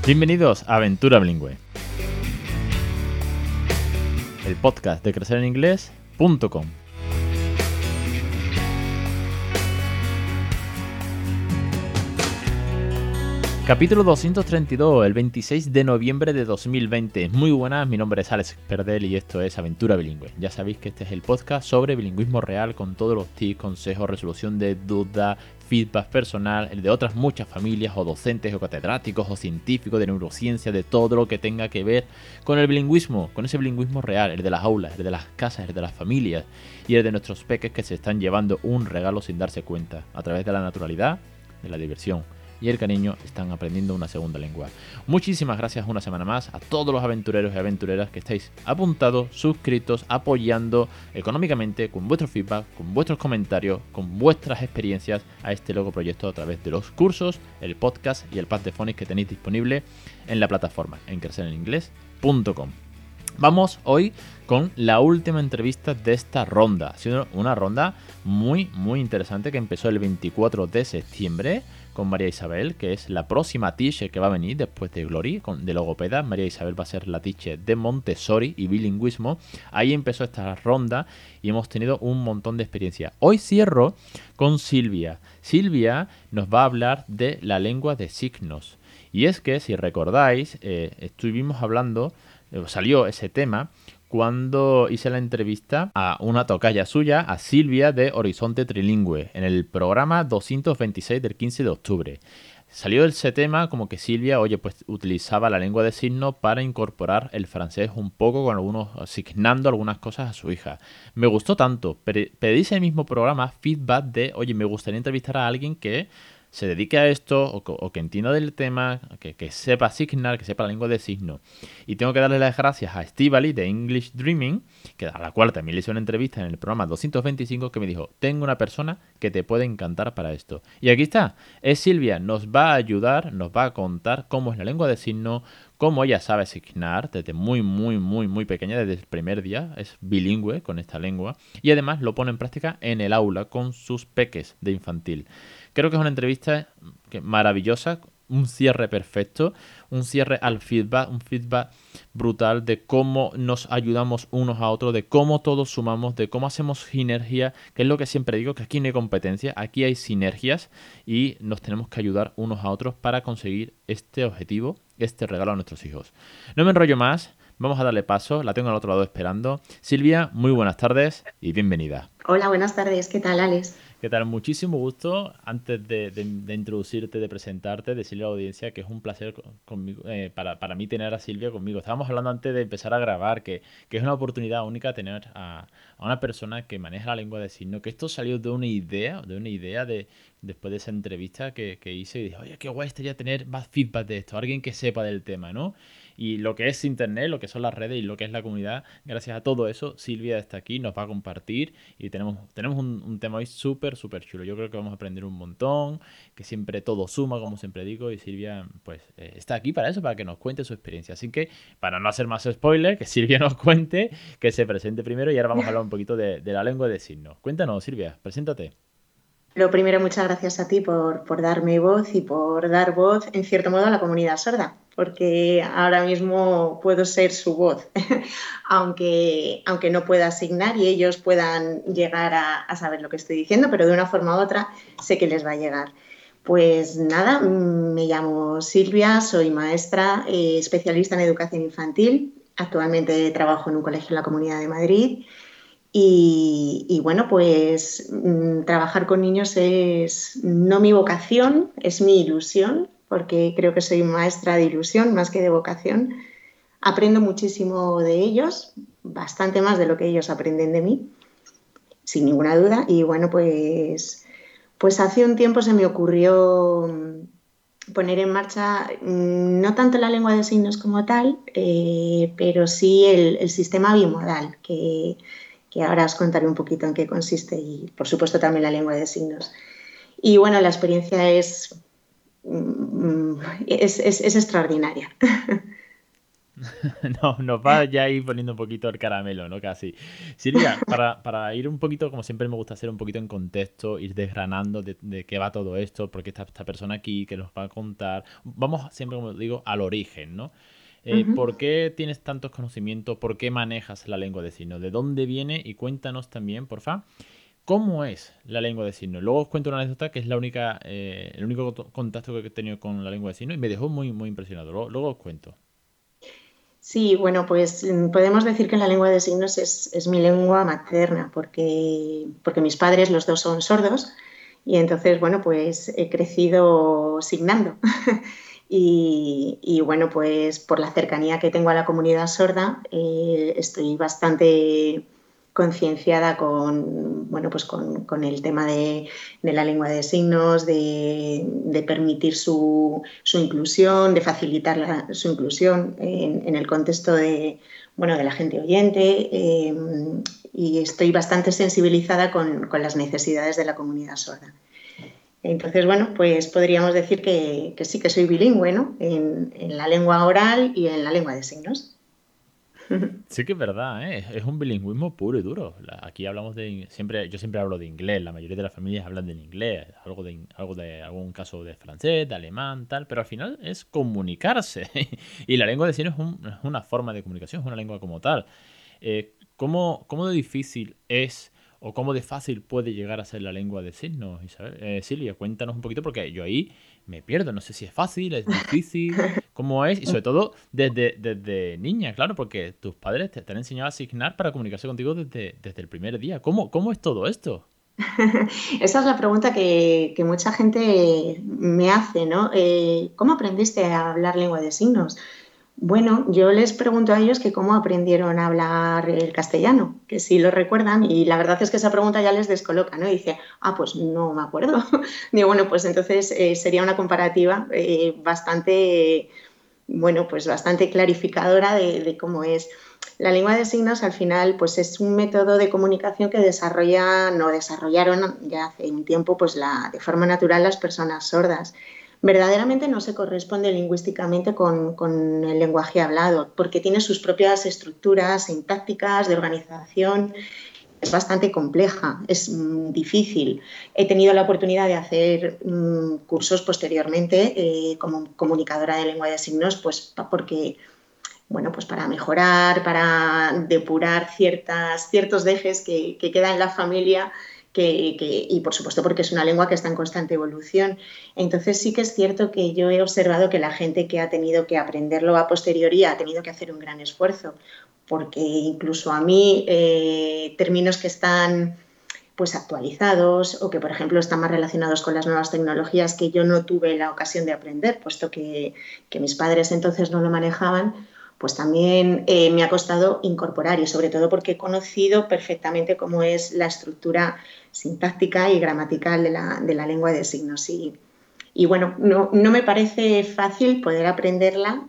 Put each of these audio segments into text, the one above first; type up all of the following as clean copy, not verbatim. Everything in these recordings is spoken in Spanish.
Bienvenidos a Aventura Bilingüe, el podcast de crecereninglés.com. Capítulo 232, el 26 de noviembre de 2020. Muy buenas, mi nombre es Alex Perdel y esto es Aventura Bilingüe. Ya sabéis que este es el podcast sobre bilingüismo real con todos los tips, consejos, resolución de dudas, feedback personal, el de otras muchas familias o docentes o catedráticos o científicos de neurociencia, de todo lo que tenga que ver con el bilingüismo, con ese bilingüismo real, el de las aulas, el de las casas, el de las familias y el de nuestros peques que se están llevando un regalo sin darse cuenta, a través de la naturalidad, de la diversión y el cariño están aprendiendo una segunda lengua. Muchísimas gracias una semana más a todos los aventureros y aventureras que estáis apuntados, suscritos, apoyando económicamente con vuestro feedback, con vuestros comentarios, con vuestras experiencias a este loco proyecto a través de los cursos, el podcast y el pad de phonics que tenéis disponible en la plataforma en crecereninglés.com. Vamos hoy con la última entrevista de esta ronda. Ha sido una ronda muy interesante que empezó el 24 de septiembre con María Isabel, que es la próxima teacher que va a venir después de Glory, de logopeda. María Isabel va a ser la teacher de Montessori y bilingüismo. Ahí empezó esta ronda y hemos tenido un montón de experiencia. Hoy cierro con Silvia. Silvia nos va a hablar de la lengua de signos. Y es que, si recordáis, estuvimos hablando, salió ese tema cuando hice la entrevista a una tocaya suya, a Silvia de Horizonte Trilingüe, en el programa 226 del 15 de octubre. Salió ese tema como que Silvia, pues utilizaba la lengua de signos para incorporar el francés un poco, con algunos, asignando algunas cosas a su hija. Me gustó tanto, pedí ese mismo programa feedback de, me gustaría entrevistar a alguien que se dedique a esto o que entienda del tema, que sepa asignar, que sepa la lengua de signos. Y tengo que darle las gracias a Estíbali de English Dreaming, a la cual también le hice una entrevista en el programa 225, que me dijo, tengo una persona que te puede encantar para esto. Y aquí está, es Silvia, nos va a ayudar, nos va a contar cómo es la lengua de signos, cómo ella sabe asignar desde muy pequeña, desde el primer día, es bilingüe con esta lengua, y además lo pone en práctica en el aula con sus peques de infantil. Creo que es una entrevista maravillosa, un cierre perfecto, un cierre al feedback, un feedback brutal de cómo nos ayudamos unos a otros, de cómo todos sumamos, de cómo hacemos sinergia, que es lo que siempre digo, que aquí no hay competencia, aquí hay sinergias y nos tenemos que ayudar unos a otros para conseguir este objetivo, este regalo a nuestros hijos. No me enrollo más, vamos a darle paso, la tengo al otro lado esperando. Silvia, muy buenas tardes y bienvenida. Hola, buenas tardes. ¿Qué tal, Alex? ¿Qué tal? Muchísimo gusto. Antes de introducirte, de presentarte, decirle a la audiencia que es un placer conmigo, para mí tener a Silvia conmigo. Estábamos hablando antes de empezar a grabar que es una oportunidad única tener a una persona que maneja la lengua de signos, que esto salió de una idea después de esa entrevista que hice y dije, oye, qué guay estaría tener más feedback de esto, alguien que sepa del tema, ¿no? Y lo que es internet, lo que son las redes y lo que es la comunidad, gracias a todo eso, Silvia está aquí, nos va a compartir y tenemos un tema hoy súper chulo. Yo creo que vamos a aprender un montón, que siempre todo suma, como siempre digo, y Silvia pues está aquí para eso, para que nos cuente su experiencia. Así que, para no hacer más spoiler, que Silvia nos cuente, que se presente primero y ahora vamos a hablar un poquito de la lengua de signos. Cuéntanos, Silvia, preséntate. Lo primero, muchas gracias a ti por darme voz y por dar voz, en cierto modo, a la comunidad sorda, porque ahora mismo puedo ser su voz, aunque no pueda asignar y ellos puedan llegar a saber lo que estoy diciendo, pero de una forma u otra sé que les va a llegar. Pues nada, me llamo Silvia, soy maestra, especialista en educación infantil. Actualmente trabajo en un colegio en la Comunidad de Madrid. Y bueno, pues trabajar con niños es no mi vocación, es mi ilusión, porque creo que soy maestra de ilusión más que de vocación. Aprendo muchísimo de ellos, bastante más de lo que ellos aprenden de mí, sin ninguna duda. Y bueno, pues hace un tiempo se me ocurrió poner en marcha no tanto la lengua de signos como tal, pero sí el sistema bimodal, que ahora os contaré un poquito en qué consiste y, por supuesto, también la lengua de signos. Y bueno, la experiencia es extraordinaria. No, nos va ya a ir poniendo un poquito el caramelo, ¿no? Casi. Silvia, para ir un poquito, como siempre me gusta hacer un poquito en contexto, ir desgranando de qué va todo esto, por qué está esta persona aquí, que nos va a contar. Vamos siempre, como digo, al origen, ¿no? Ujú. ¿Por qué tienes tantos conocimientos? ¿Por qué manejas la lengua de signos? ¿De dónde viene? Y cuéntanos también, porfa, ¿cómo es la lengua de signos? Luego os cuento una anécdota que es el único contacto que he tenido con la lengua de signos y me dejó muy, muy impresionado. Luego os cuento. Sí, bueno, pues podemos decir que la lengua de signos es mi lengua materna, porque mis padres los dos son sordos y entonces, bueno, pues he crecido signando. Y, bueno, pues por la cercanía que tengo a la comunidad sorda, estoy bastante concienciada con, bueno, pues con el tema de la lengua de signos, de permitir su inclusión, de facilitar su inclusión en el contexto de, bueno, de la gente oyente, y estoy bastante sensibilizada con las necesidades de la comunidad sorda. Entonces, bueno, pues podríamos decir que sí que soy bilingüe, ¿no? En la lengua oral y en la lengua de signos. Sí que es verdad, ¿eh? Es un bilingüismo puro y duro. Aquí hablamos yo siempre hablo de inglés, la mayoría de las familias hablan de inglés, algo de algún caso de francés, de alemán, tal, pero al final es comunicarse. Y la lengua de signos es una forma de comunicación, es una lengua como tal. ¿Cómo de difícil es o cómo de fácil puede llegar a ser la lengua de signos, Isabel? Silvia, cuéntanos un poquito porque yo ahí me pierdo, no sé si es fácil, es difícil, cómo es, y sobre todo desde niña, claro, porque tus padres te han enseñado a asignar para comunicarse contigo desde el primer día. ¿Cómo es todo esto? Esa es la pregunta que mucha gente me hace, ¿no? ¿Cómo aprendiste a hablar lengua de signos? Bueno, yo les pregunto a ellos que cómo aprendieron a hablar el castellano, que si lo recuerdan, y la verdad es que esa pregunta ya les descoloca, ¿no? Y dice, ah, pues no me acuerdo. Digo, bueno, pues entonces sería una comparativa bastante, bueno, pues bastante clarificadora de cómo es. La lengua de signos al final pues es un método de comunicación que desarrollaron ya hace un tiempo pues de forma natural las personas sordas. Verdaderamente no se corresponde lingüísticamente con el lenguaje hablado, porque tiene sus propias estructuras sintácticas, de organización, es bastante compleja, es difícil. He tenido la oportunidad de hacer cursos posteriormente como comunicadora de lengua de signos, pues porque bueno, pues para mejorar, para depurar ciertos dejes que quedan en la familia y por supuesto porque es una lengua que está en constante evolución. Entonces sí que es cierto que yo he observado que la gente que ha tenido que aprenderlo a posteriori ha tenido que hacer un gran esfuerzo, porque incluso a mí términos que están pues actualizados o que por ejemplo están más relacionados con las nuevas tecnologías que yo no tuve la ocasión de aprender, puesto que mis padres entonces no lo manejaban, pues también me ha costado incorporar y sobre todo porque he conocido perfectamente cómo es la estructura sintáctica y gramatical de la lengua de signos. Y bueno, no me parece fácil poder aprenderla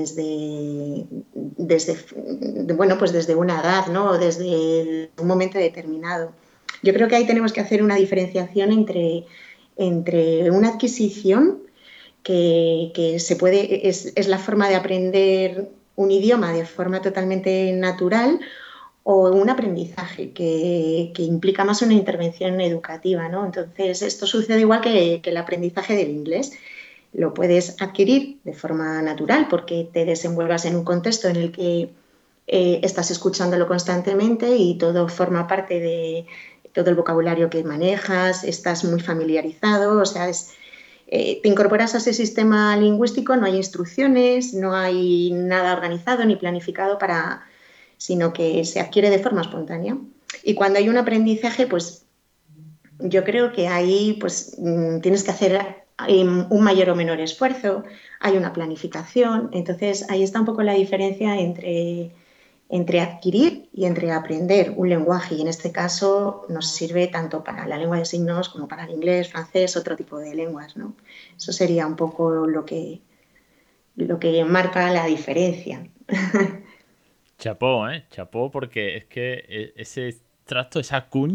desde, bueno, pues desde una edad, ¿no? Desde un momento determinado. Yo creo que ahí tenemos que hacer una diferenciación entre una adquisición que se puede, es la forma de aprender un idioma de forma totalmente natural o un aprendizaje que implica más una intervención educativa, ¿no? Entonces, esto sucede igual que el aprendizaje del inglés. Lo puedes adquirir de forma natural porque te desenvuelvas en un contexto en el que estás escuchándolo constantemente y todo forma parte de todo el vocabulario que manejas, estás muy familiarizado, o sea, te incorporas a ese sistema lingüístico, no hay instrucciones, no hay nada organizado ni planificado sino que se adquiere de forma espontánea. Y cuando hay un aprendizaje, pues yo creo que ahí pues tienes que hacer un mayor o menor esfuerzo, hay una planificación, entonces ahí está un poco la diferencia entre adquirir y entre aprender un lenguaje, y en este caso nos sirve tanto para la lengua de signos como para el inglés, francés, otro tipo de lenguas, ¿no? Eso sería un poco lo que marca la diferencia. Chapó, ¿eh? Chapó porque es que ese tracto, esa cuña,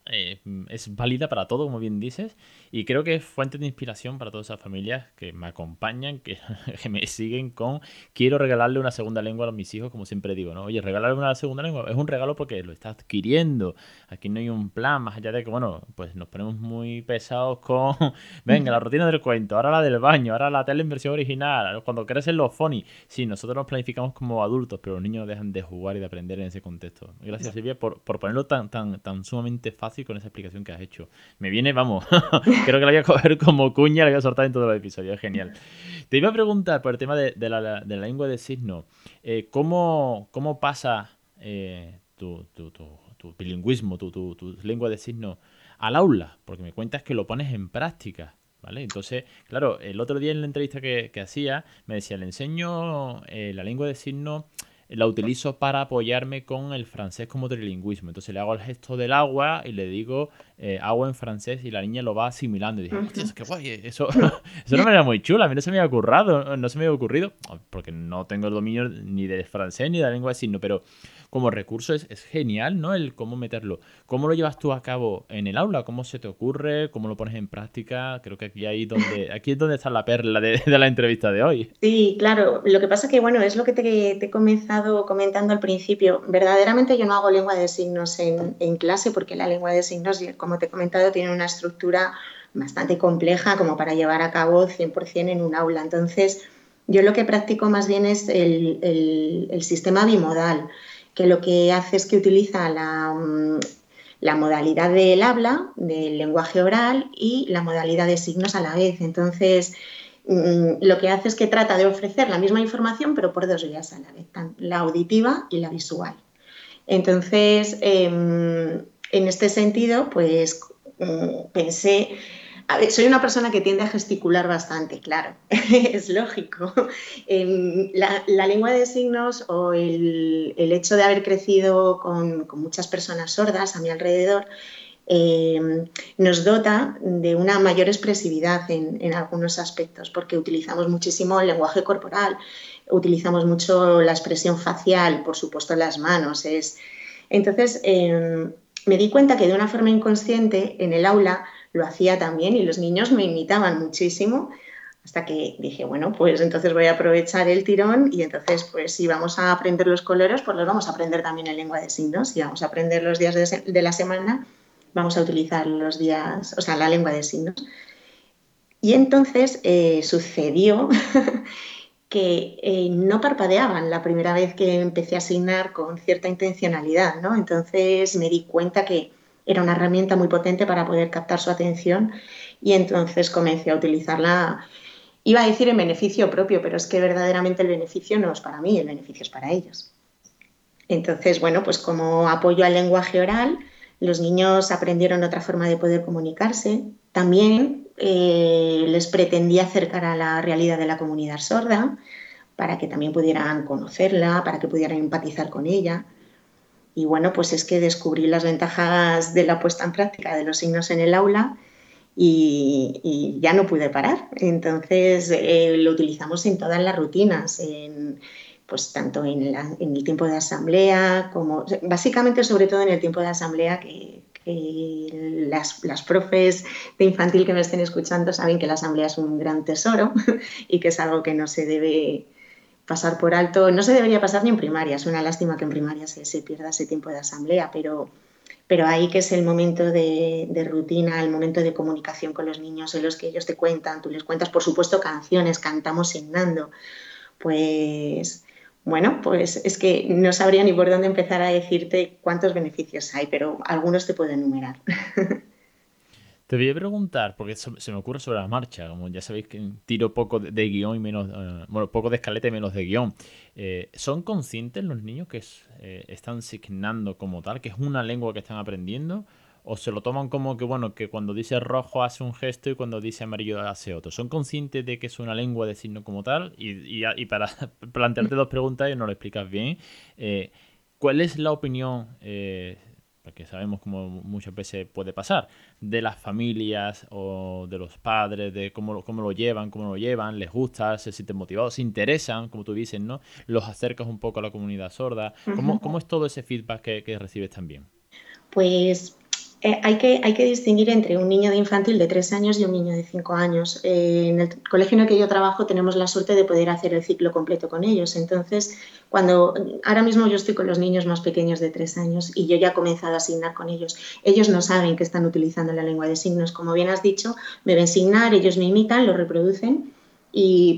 es válida para todo, como bien dices, y creo que es fuente de inspiración para todas esas familias que me acompañan, que, que me siguen con quiero regalarle una segunda lengua a mis hijos, como siempre digo, ¿no? Oye, regalarle una segunda lengua es un regalo porque lo está adquiriendo. Aquí no hay un plan, más allá de que, bueno, pues nos ponemos muy pesados con, venga, la rutina del cuento, ahora la del baño, ahora la tele en versión original, cuando crecen los funny. Sí, nosotros nos planificamos como adultos, pero los niños no dejan de jugar y de aprender en ese contexto. Gracias, Silvia, por ponerlo tan sumamente fácil con esa explicación que has hecho. Me viene, vamos, creo que la voy a coger como cuña, la voy a soltar en todos los episodios, es genial. Te iba a preguntar por el tema de la lengua de signos, ¿cómo pasa tu bilingüismo, tu lengua de signos al aula? Porque me cuentas que lo pones en práctica. ¿Vale? Entonces, claro, el otro día en la entrevista que hacía, me decía, le enseño la lengua de signos, la utilizo para apoyarme con el francés como trilingüismo. Entonces le hago el gesto del agua y le digo agua en francés y la niña lo va asimilando. Y dije, hostia, qué guay, eso, eso no me era muy chula, a mí no se me había ocurrido, no se me había ocurrido, porque no tengo el dominio ni del francés ni de la lengua de signos, pero como recurso es genial, ¿no? El cómo meterlo. ¿Cómo lo llevas tú a cabo en el aula? ¿Cómo se te ocurre? ¿Cómo lo pones en práctica? Creo que aquí es donde está la perla de la entrevista de hoy. Sí, claro. Lo que pasa que, bueno, es lo que te he comenzado comentando al principio. Verdaderamente yo no hago lengua de signos en clase porque la lengua de signos, como te he comentado, tiene una estructura bastante compleja como para llevar a cabo 100% en un aula. Entonces, yo lo que practico más bien es el sistema bimodal, que lo que hace es que utiliza la modalidad del habla, del lenguaje oral y la modalidad de signos a la vez. Entonces, lo que hace es que trata de ofrecer la misma información, pero por dos vías a la vez, la auditiva y la visual. Entonces, en este sentido, pues pensé, a ver, soy una persona que tiende a gesticular bastante, claro, es lógico. La lengua de signos o el hecho de haber crecido con muchas personas sordas a mi alrededor, nos dota de una mayor expresividad en algunos aspectos, porque utilizamos muchísimo el lenguaje corporal, utilizamos mucho la expresión facial, por supuesto las manos. Entonces, me di cuenta que de una forma inconsciente en el aula lo hacía también y los niños me imitaban muchísimo. Hasta que dije, bueno, pues entonces voy a aprovechar el tirón y entonces, pues si vamos a aprender los colores, pues los vamos a aprender también en lengua de signos. Si vamos a aprender los días de la semana, vamos a utilizar los días, o sea, la lengua de signos. Y entonces sucedió que no parpadeaban la primera vez que empecé a asignar con cierta intencionalidad, ¿no? Entonces me di cuenta que era una herramienta muy potente para poder captar su atención y entonces comencé a utilizarla. Iba a decir en beneficio propio, pero es que verdaderamente el beneficio no es para mí, el beneficio es para ellos. Entonces, bueno, pues como apoyo al lenguaje oral, los niños aprendieron otra forma de poder comunicarse. También les pretendí acercar a la realidad de la comunidad sorda para que también pudieran conocerla, para que pudieran empatizar con ella. Y bueno, pues es que descubrí las ventajas de la puesta en práctica de los signos en el aula y ya no pude parar. Entonces lo utilizamos en todas las rutinas, pues tanto en el tiempo de asamblea como básicamente sobre todo en el tiempo de asamblea que las profes de infantil que me estén escuchando saben que la asamblea es un gran tesoro y que es algo que no se debe pasar por alto, no se debería pasar ni en primaria, es una lástima que en primaria se pierda ese tiempo de asamblea, pero ahí que es el momento de rutina, el momento de comunicación con los niños en los que ellos te cuentan, tú les cuentas, por supuesto, canciones, cantamos signando, pues bueno, pues es que no sabría ni por dónde empezar a decirte cuántos beneficios hay, pero algunos te puedo enumerar. Te voy a preguntar, porque se me ocurre sobre la marcha, como ya sabéis que tiro poco de guión y menos, bueno, poco de escaleta y menos de guión. ¿Son conscientes los niños que están signando como tal, que es una lengua que están aprendiendo? ¿O se lo toman como que, bueno, que cuando dice rojo hace un gesto y cuando dice amarillo hace otro? ¿Son conscientes de que es una lengua de signo como tal? Y para plantearte dos preguntas y no lo explicas bien, ¿cuál es la opinión? Porque sabemos cómo muchas veces puede pasar, de las familias o de los padres, de cómo lo llevan, cómo no lo llevan, les gusta, se sienten motivados, se interesan, como tú dices, ¿no? Los acercas un poco a la comunidad sorda. ¿Cómo es todo ese feedback que recibes también? Pues Hay que distinguir entre un niño de infantil de 3 años y un niño de 5 años. En el colegio en el que yo trabajo tenemos la suerte de poder hacer el ciclo completo con ellos. Entonces, ahora mismo yo estoy con los niños más pequeños de 3 años y yo ya he comenzado a asignar con ellos. Ellos no saben que están utilizando la lengua de signos. Como bien has dicho, me ven signar, ellos me imitan, lo reproducen y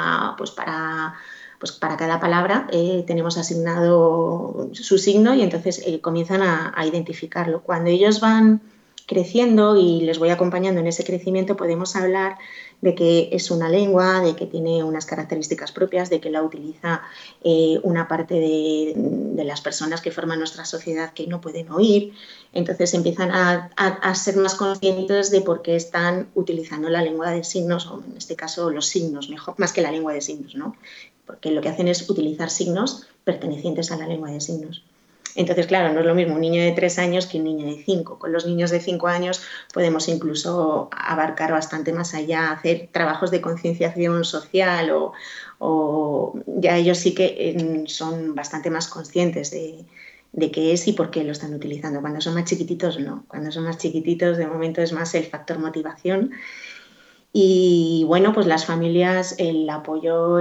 para cada palabra tenemos asignado su signo y entonces comienzan a identificarlo. Cuando ellos van creciendo y les voy acompañando en ese crecimiento, podemos hablar de que es una lengua, de que tiene unas características propias, de que la utiliza una parte de las personas que forman nuestra sociedad que no pueden oír. Entonces empiezan a ser más conscientes de por qué están utilizando la lengua de signos, o en este caso los signos, mejor, más que la lengua de signos, ¿no? Porque lo que hacen es utilizar signos pertenecientes a la lengua de signos. Entonces, claro, no es lo mismo un niño de 3 años que un niño de 5. Con los niños de 5 años podemos incluso abarcar bastante más allá, hacer trabajos de concienciación social o ya ellos sí que son bastante más conscientes de qué es y por qué lo están utilizando. Cuando son más chiquititos, no. Cuando son más chiquititos, de momento es más el factor motivación. Y bueno, pues las familias, el apoyo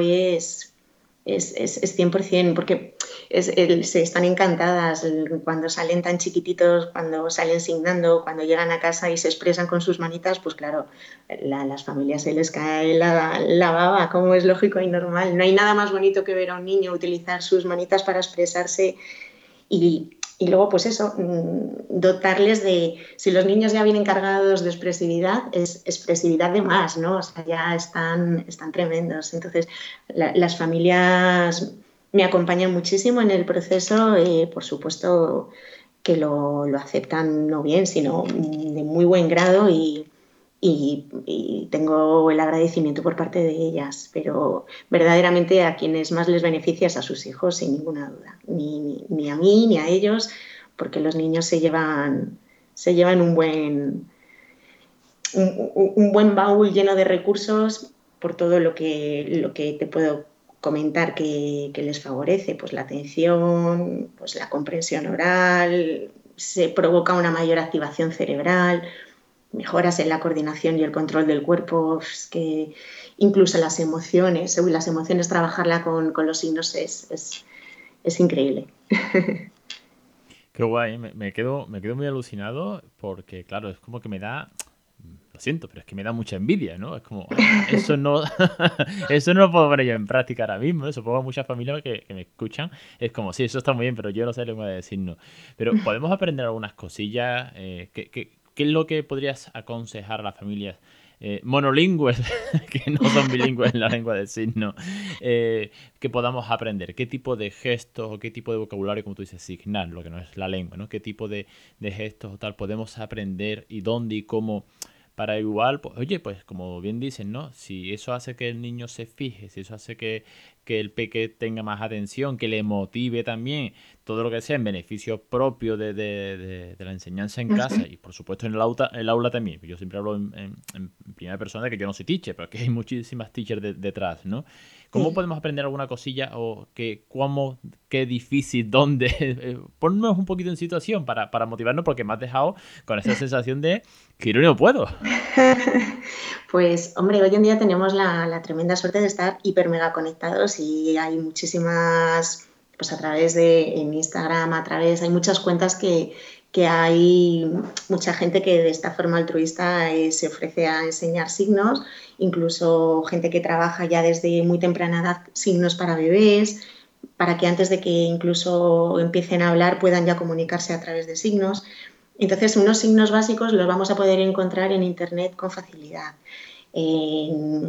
es 100%, porque se están encantadas cuando salen tan chiquititos, cuando salen signando, cuando llegan a casa y se expresan con sus manitas, pues claro, las familias se les cae la baba, como es lógico y normal. No hay nada más bonito que ver a un niño utilizar sus manitas para expresarse y luego, pues eso, dotarles de, si los niños ya vienen cargados de expresividad, es expresividad de más, ¿no? O sea, ya están tremendos. Entonces, las familias me acompañan muchísimo en el proceso, por supuesto que lo aceptan no bien, sino de muy buen grado y tengo el agradecimiento por parte de ellas, pero verdaderamente a quienes más les beneficia es a sus hijos, sin ninguna duda, ni a mí ni a ellos, porque los niños se llevan un buen baúl lleno de recursos por todo lo que te puedo comentar que les favorece, pues la atención, pues la comprensión oral, se provoca una mayor activación cerebral, mejoras en la coordinación y el control del cuerpo, es que incluso las emociones trabajarla con los signos es increíble. Qué guay, me quedo muy alucinado porque, claro, es como que me da, lo siento, pero es que me da mucha envidia, ¿no? Es como, eso no, eso no lo puedo poner yo en práctica ahora mismo, ¿no? Supongo que muchas familias que me escuchan es como, sí, eso está muy bien, pero yo no sé lengua de signos. Pero podemos aprender algunas cosillas. ¿Qué es lo que podrías aconsejar a las familias monolingües que no son bilingües en la lengua de signos? Que podamos aprender, qué tipo de gestos o qué tipo de vocabulario, como tú dices, signar, lo que no es la lengua, ¿no? Qué tipo de gestos o tal podemos aprender y dónde y cómo para igual, pues, oye, pues como bien dicen, ¿no? Si eso hace que el niño se fije, si eso hace que el peque tenga más atención, que le motive también, todo lo que sea en beneficio propio de la enseñanza en casa y por supuesto en el aula también. Yo siempre hablo en primera persona de que yo no soy teacher, pero que hay muchísimas teachers detrás, ¿no? ¿Cómo Sí. podemos aprender alguna cosilla o qué difícil, dónde? Ponnos un poquito en situación para motivarnos porque me has dejado con esa sensación de que yo no puedo. Pues hombre, hoy en día tenemos la tremenda suerte de estar hiper mega conectados y hay muchísimas, pues a través en Instagram, hay muchas cuentas que hay mucha gente que de esta forma altruista se ofrece a enseñar signos, incluso gente que trabaja ya desde muy temprana edad signos para bebés, para que antes de que incluso empiecen a hablar puedan ya comunicarse a través de signos. Entonces, unos signos básicos los vamos a poder encontrar en Internet con facilidad. Eh,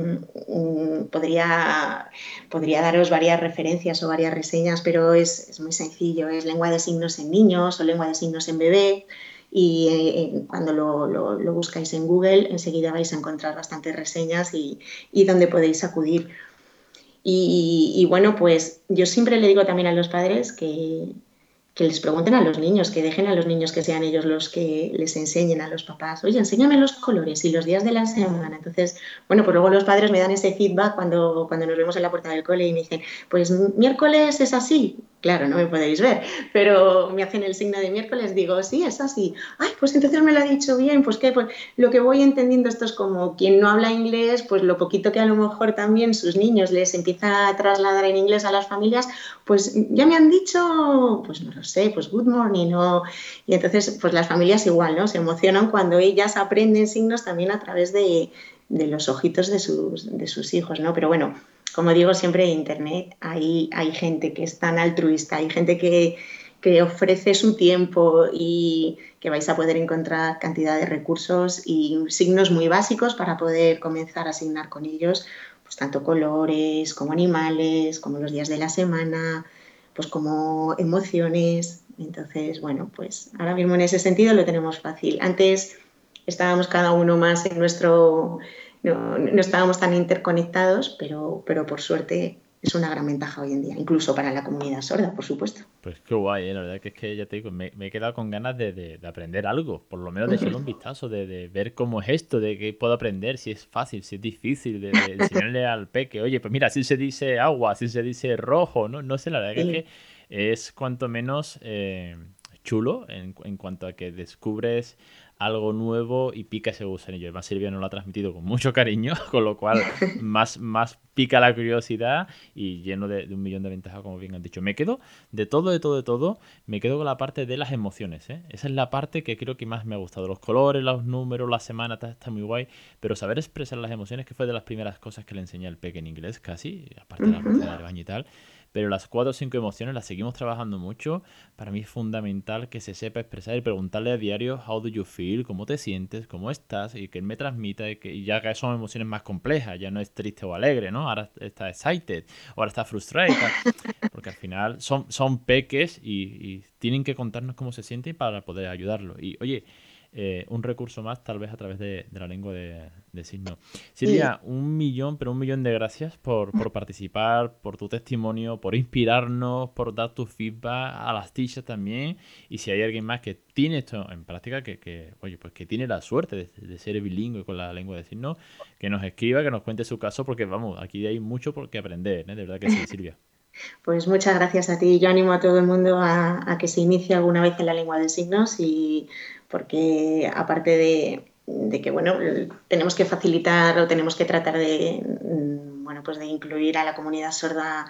podría daros varias referencias o varias reseñas, pero es muy sencillo. Es lengua de signos en niños o lengua de signos en bebé. Y cuando lo buscáis en Google, enseguida vais a encontrar bastantes reseñas y donde podéis acudir. Y bueno, pues yo siempre le digo también a los padres que les pregunten a los niños, que dejen a los niños que sean ellos los que les enseñen a los papás. Oye, enséñame los colores y los días de la semana. Entonces, bueno, pues luego los padres me dan ese feedback cuando nos vemos en la puerta del cole y me dicen, pues miércoles es así, claro, no me podéis ver, pero me hacen el signo de miércoles, digo, sí, es así. Ay, pues entonces me lo ha dicho bien, pues qué, pues lo que voy entendiendo esto es como quien no habla inglés, pues lo poquito que a lo mejor también sus niños les empieza a trasladar en inglés a las familias, pues ya me han dicho, pues no lo sé, pues good morning, o... Y entonces, pues las familias igual, ¿no? Se emocionan cuando ellas aprenden signos también a través de los ojitos de sus hijos, ¿no? Pero bueno, como digo siempre en Internet, hay gente que es tan altruista, hay gente que ofrece su tiempo y que vais a poder encontrar cantidad de recursos y signos muy básicos para poder comenzar a asignar con ellos, pues tanto colores como animales, como los días de la semana, pues como emociones. Entonces, bueno, pues ahora mismo en ese sentido lo tenemos fácil. Antes estábamos cada uno más en nuestro no estábamos tan interconectados, pero por suerte es una gran ventaja hoy en día, incluso para la comunidad sorda, por supuesto. Pues qué guay, la verdad que es que ya te digo, me he quedado con ganas de aprender algo, por lo menos de echarle un vistazo, de ver cómo es esto, de qué puedo aprender, si es fácil, si es difícil, de enseñarle al peque, oye, pues mira, así se dice agua, así se dice rojo, no, no sé, la verdad que Sí. es cuanto menos chulo en cuanto a que descubres algo nuevo y pica ese gusanillo. Además, Silvia nos lo ha transmitido con mucho cariño, con lo cual más pica la curiosidad y lleno de un millón de ventajas, como bien han dicho. Me quedo de todo, me quedo con la parte de las emociones, ¿eh? Esa es la parte que creo que más me ha gustado. Los colores, los números, la semana, está muy guay, pero saber expresar las emociones, que fue de las primeras cosas que le enseñé al peque en inglés, casi, aparte de la rutina del baño y tal. Pero las 4 o 5 emociones las seguimos trabajando mucho. Para mí es fundamental que se sepa expresar y preguntarle a diario how do you feel, cómo te sientes, cómo estás, y que él me transmita y ya que son emociones más complejas, ya no es triste o alegre, ¿no? Ahora está excited, o ahora está frustrated, porque al final son peques y tienen que contarnos cómo se sienten para poder ayudarlos. Y oye, un recurso más tal vez a través de la lengua de signos. Y Silvia, pero un millón de gracias por participar, por tu testimonio, por inspirarnos, por dar tu feedback a las teachers también. Y si hay alguien más que tiene esto en práctica, oye, pues que tiene la suerte de ser bilingüe con la lengua de signos, que nos escriba, que nos cuente su caso, porque vamos, aquí hay mucho por qué aprender, ¿eh? De verdad que sí, Silvia. pues muchas gracias a ti. Yo animo a todo el mundo a que se inicie alguna vez en la lengua de signos y porque aparte de que bueno, tenemos que facilitar o tenemos que tratar de bueno, pues de incluir a la comunidad sorda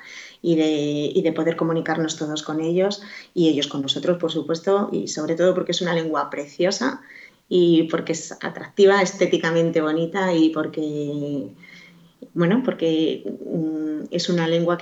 y de poder comunicarnos todos con ellos y ellos con nosotros, por supuesto, y sobre todo porque es una lengua preciosa y porque es atractiva, estéticamente bonita y porque bueno, porque es una lengua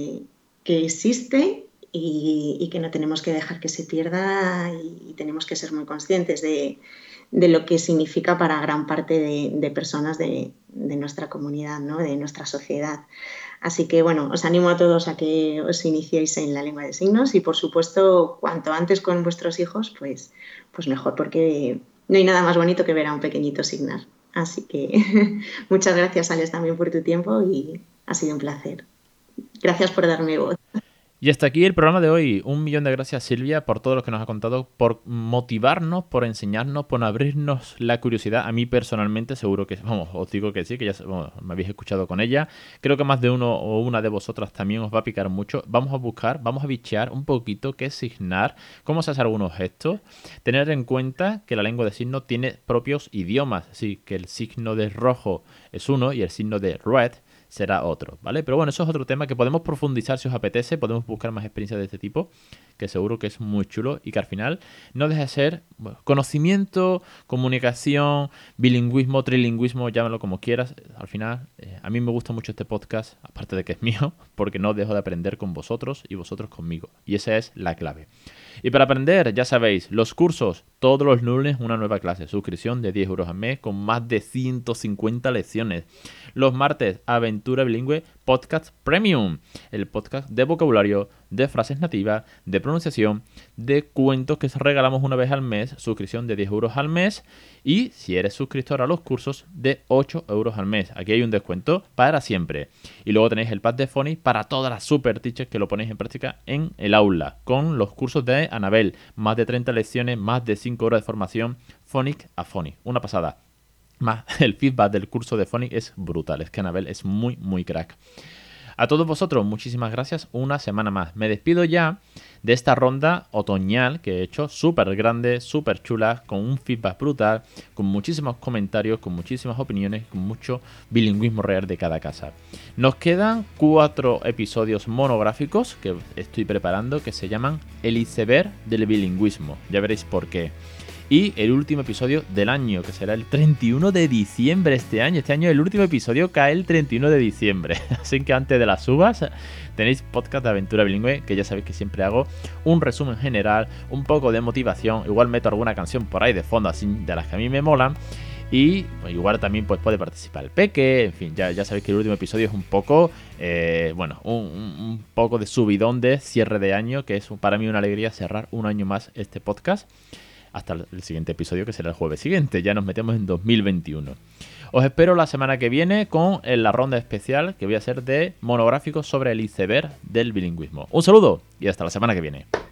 que existe y que no tenemos que dejar que se pierda y tenemos que ser muy conscientes de lo que significa para gran parte de personas de nuestra comunidad, ¿no? De nuestra sociedad. Así que bueno, os animo a todos a que os iniciéis en la lengua de signos y por supuesto cuanto antes con vuestros hijos, pues mejor, porque no hay nada más bonito que ver a un pequeñito signar. Así que muchas gracias, Alex, también por tu tiempo y ha sido un placer. Gracias por darme voz. Y hasta aquí el programa de hoy. Un millón de gracias, Silvia, por todo lo que nos ha contado, por motivarnos, por enseñarnos, por abrirnos la curiosidad. A mí personalmente, seguro que, vamos, os digo que sí, que ya me habéis escuchado con ella. Creo que más de uno o una de vosotras también os va a picar mucho. Vamos a bichear un poquito qué es signar, cómo se hacen algunos gestos. Tener en cuenta que la lengua de signos tiene propios idiomas, así que el signo de rojo es uno y el signo de red será otro, ¿vale? Pero bueno, eso es otro tema que podemos profundizar si os apetece, podemos buscar más experiencias de este tipo, que seguro que es muy chulo y que al final no deja de ser conocimiento, comunicación, bilingüismo, trilingüismo, llámalo como quieras. Al final, a mí me gusta mucho este podcast, aparte de que es mío, porque no dejo de aprender con vosotros y vosotros conmigo. Y esa es la clave. Y para aprender, ya sabéis, los cursos, todos los lunes una nueva clase, suscripción de 10 euros al mes con más de 150 lecciones. Los martes, Aventura Bilingüe Podcast Premium, el podcast de vocabulario, de frases nativas, de pronunciación, de cuentos que regalamos una vez al mes, suscripción de 10 euros al mes y si eres suscriptor a los cursos de 8 euros al mes. Aquí hay un descuento para siempre. Y luego tenéis el pack de Phonics para todas las super teachers que lo ponéis en práctica en el aula, con los cursos de Anabel, más de 30 lecciones, más de 5 horas de formación, Phonics a Phonics. Una pasada. Más el feedback del curso de Phonics es brutal, es que Anabel es muy, muy crack. A todos vosotros, muchísimas gracias una semana más. Me despido ya de esta ronda otoñal que he hecho, súper grande, súper chula, con un feedback brutal, con muchísimos comentarios, con muchísimas opiniones, con mucho bilingüismo real de cada casa. Nos quedan 4 episodios monográficos que estoy preparando que se llaman El iceberg del bilingüismo. Ya veréis por qué. Y el último episodio del año, que será el 31 de diciembre este año. Este año el último episodio cae el 31 de diciembre. Así que antes de las uvas tenéis podcast de aventura bilingüe, que ya sabéis que siempre hago un resumen general, un poco de motivación. Igual meto alguna canción por ahí de fondo, así de las que a mí me molan. Y pues, igual también pues, puede participar el Peque. En fin, ya sabéis que el último episodio es un poco, un poco de subidón de cierre de año, que es para mí una alegría cerrar un año más este podcast. Hasta el siguiente episodio, que será el jueves siguiente. Ya nos metemos en 2021. Os espero la semana que viene con la ronda especial que voy a hacer de monográficos sobre el iceberg del bilingüismo. Un saludo y hasta la semana que viene.